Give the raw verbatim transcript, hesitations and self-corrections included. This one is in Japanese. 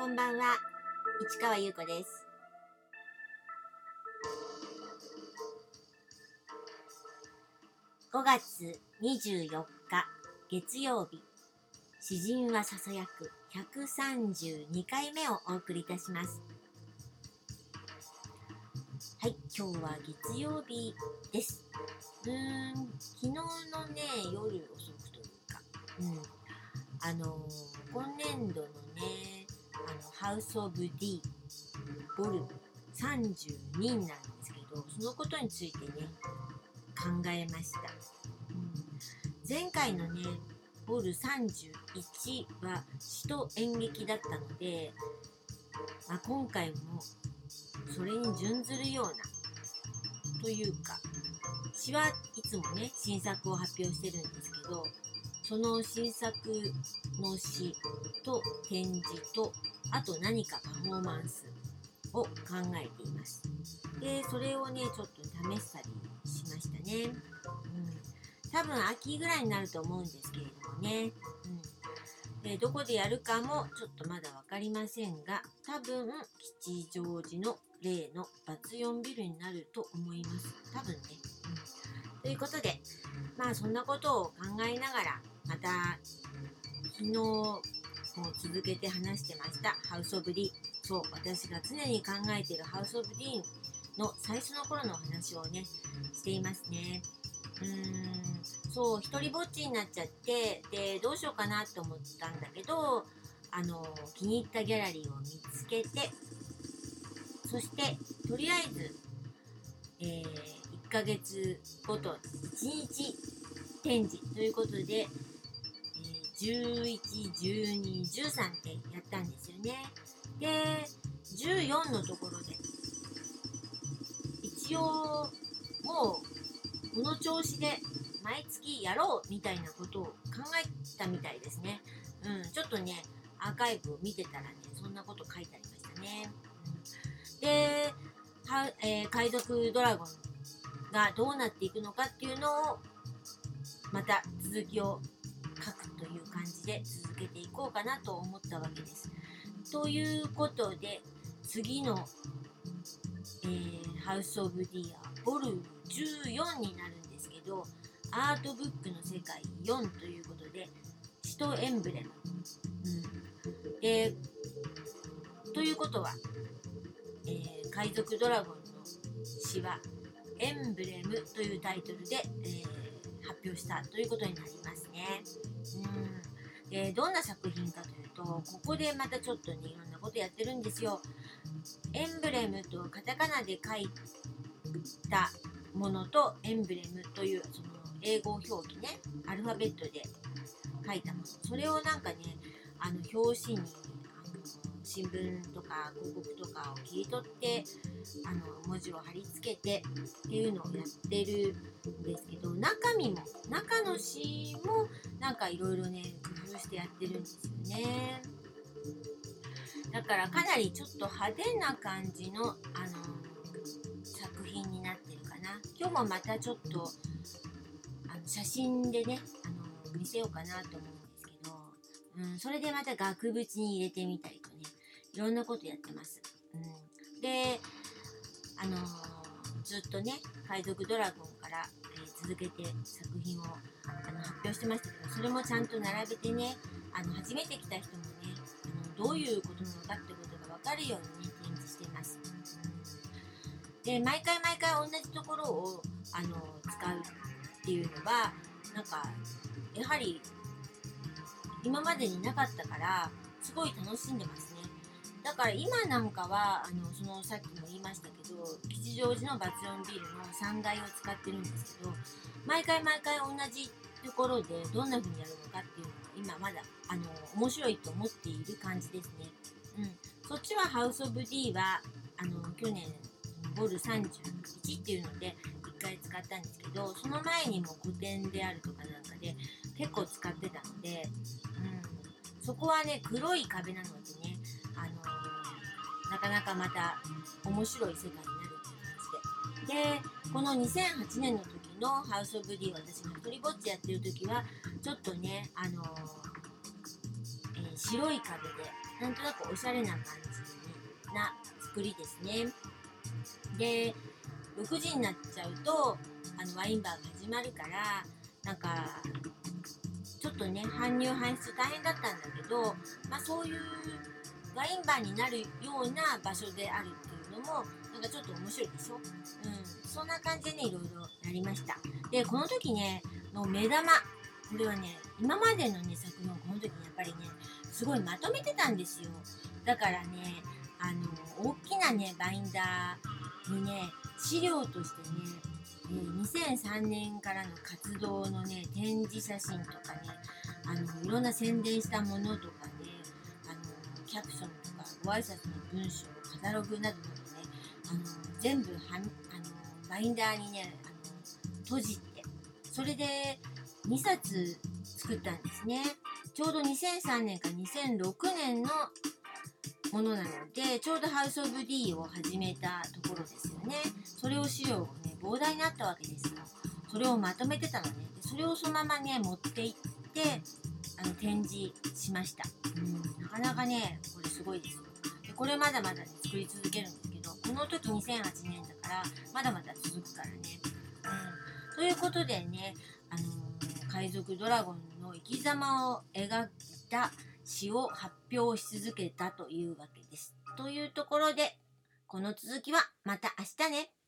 こんばんは、市川優子です。ごがつにじゅうよっか月曜日、詩人はささやくひゃくさんじゅうにかいめをお送りいたします。はい、今日は月曜日です。うーん、昨日のね、夜遅くというか、うん、あのー、今年度のね、あのハウス・オブ・ディボルさんじゅうになんですけど、そのことについてね、考えました。うん、前回のね、ボルさんじゅういちは詩と演劇だったので、まあ、今回もそれに準ずるようなというか、詩はいつもね新作を発表してるんですけど、その新作の詩と展示と、あと何かパフォーマンスを考えています。で、それをねちょっと試したりしましたね。うん、多分秋ぐらいになると思うんですけれどもね。うん、でどこでやるかもちょっとまだ分かりませんが、多分吉祥寺の例のバツよんビルになると思います。多分ね。うん、ということで、まあそんなことを考えながら、また昨日も続けて話してましたハウス・オブ・ディ。そう、私が常に考えているハウス・オブ・ディの最初の頃の話をねしていますね。うーん、そう、一人ぼっちになっちゃって、でどうしようかなと思ったんだけど、あの気に入ったギャラリーを見つけて、そしてとりあえず、えー、いっかげつごといちにち展示ということで、えー、じゅういち、じゅうに、じゅうさんってやったんですよね。でじゅうよんのところで一応もうこの調子で毎月やろうみたいなことを考えたみたいですね。うん、ちょっとねアーカイブを見てたらね、そんなこと書いてありましたね。うん、では、えー、海賊ドラゴンがどうなっていくのかっていうのをまた続きを書くという感じで続けていこうかなと思ったわけです。ということで次の、えー、ハウス・オブ・ディアボルじゅうよんになるんですけど、アートブックの世界よんということで詩とエンブレム、うん、でということは、えー、海賊ドラゴンの詩はエンブレムというタイトルで、えー、発表したということになりますね。うん、でどんな作品かというと、ここでまたちょっとねいろんなことやってるんですよ。エンブレムとカタカナで書いたものと、エンブレムというその英語表記ね、アルファベットで書いたもの、それをなんかね、あの表紙にあの新聞とか広告とかを切り取ってあの文字を貼り付けてっていうのをやってるんですけど、中身も中の詩もなんかいろいろね工夫してやってるんですよね。だからかなりちょっと派手な感じの、あの作品になってるかな。今日もまたちょっとあの写真でね、あの見せようかなと思うんですけど、うん、それでまた額縁に入れてみたりとね、いろんなことやってます。うん、で、あのーずっとね海賊ドラゴンから、えー続けて作品をあの発表してましたけど、それもちゃんと並べてね、あの初めて来た人もね、あのどういうことなのかってことが分かるようにね展示しています。で毎回毎回同じところをあの使うっていうのはなんかやはり今までになかったからすごい楽しんでますね。だから今なんかはあのそのさっきも言いましたけど、吉祥寺のバツよんビルのさんがいを使ってるんですけど、毎回毎回同じところでどんな風にやるのかっていうのが今まだあの面白いと思っている感じですね。うん、そっちはハウス・オブ・ディはあの去年ボルさんじゅういちっていうのでいっかい使ったんですけど、その前にも古典であるとかなんかで結構使ってたので、うん、そこはね黒い壁なのでね、あのー、なかなかまた面白い世界になるっていう感じで、でこのにせんはちねんの時のハウス・オブ・ディ、私が一人ぼっちやってる時はちょっとね、あのーえー白い壁でなんとなくおしゃれな感じな作りですね。でろくじになっちゃうとあのワインバーが始まるから、なんかちょっとね搬入搬出大変だったんだけど、まあ、そういうワインバーになるような場所であるっていうのもなんかちょっと面白いでしょ。うん、そんな感じでねいろいろやりました。でこの時ねの目玉、これはね今までのね作品をこの時にやっぱりねすごいまとめてたんですよ。だからねあの大きなねバインダーにね資料としてね、えーにせんさんねんからの活動のね展示写真とかね、あのいろんな宣伝したものとかね、あのキャプションとかご挨拶の文章カタログなどなどね、あの全部はあのバインダーにねあの閉じて、それでにさつ作ったんですね。ちょうどにせんさんねんからにせんろくねんのものなので、ちょうどハウス・オブ・ディーを始めたところですよね。それを資料がね膨大になったわけですよ。それをまとめてたのね。でそれをそのままね持って行ってあの展示しました。うん、なかなかねこれすごいですよ。でこれまだまだね作り続けるんですけど、この時にせんはちねんだからまだまだ続くからね。うん、ということでね、あのー海賊ドラゴンの生き様を描いた詩を発表し続けたというわけです。というところで、この続きはまた明日ね。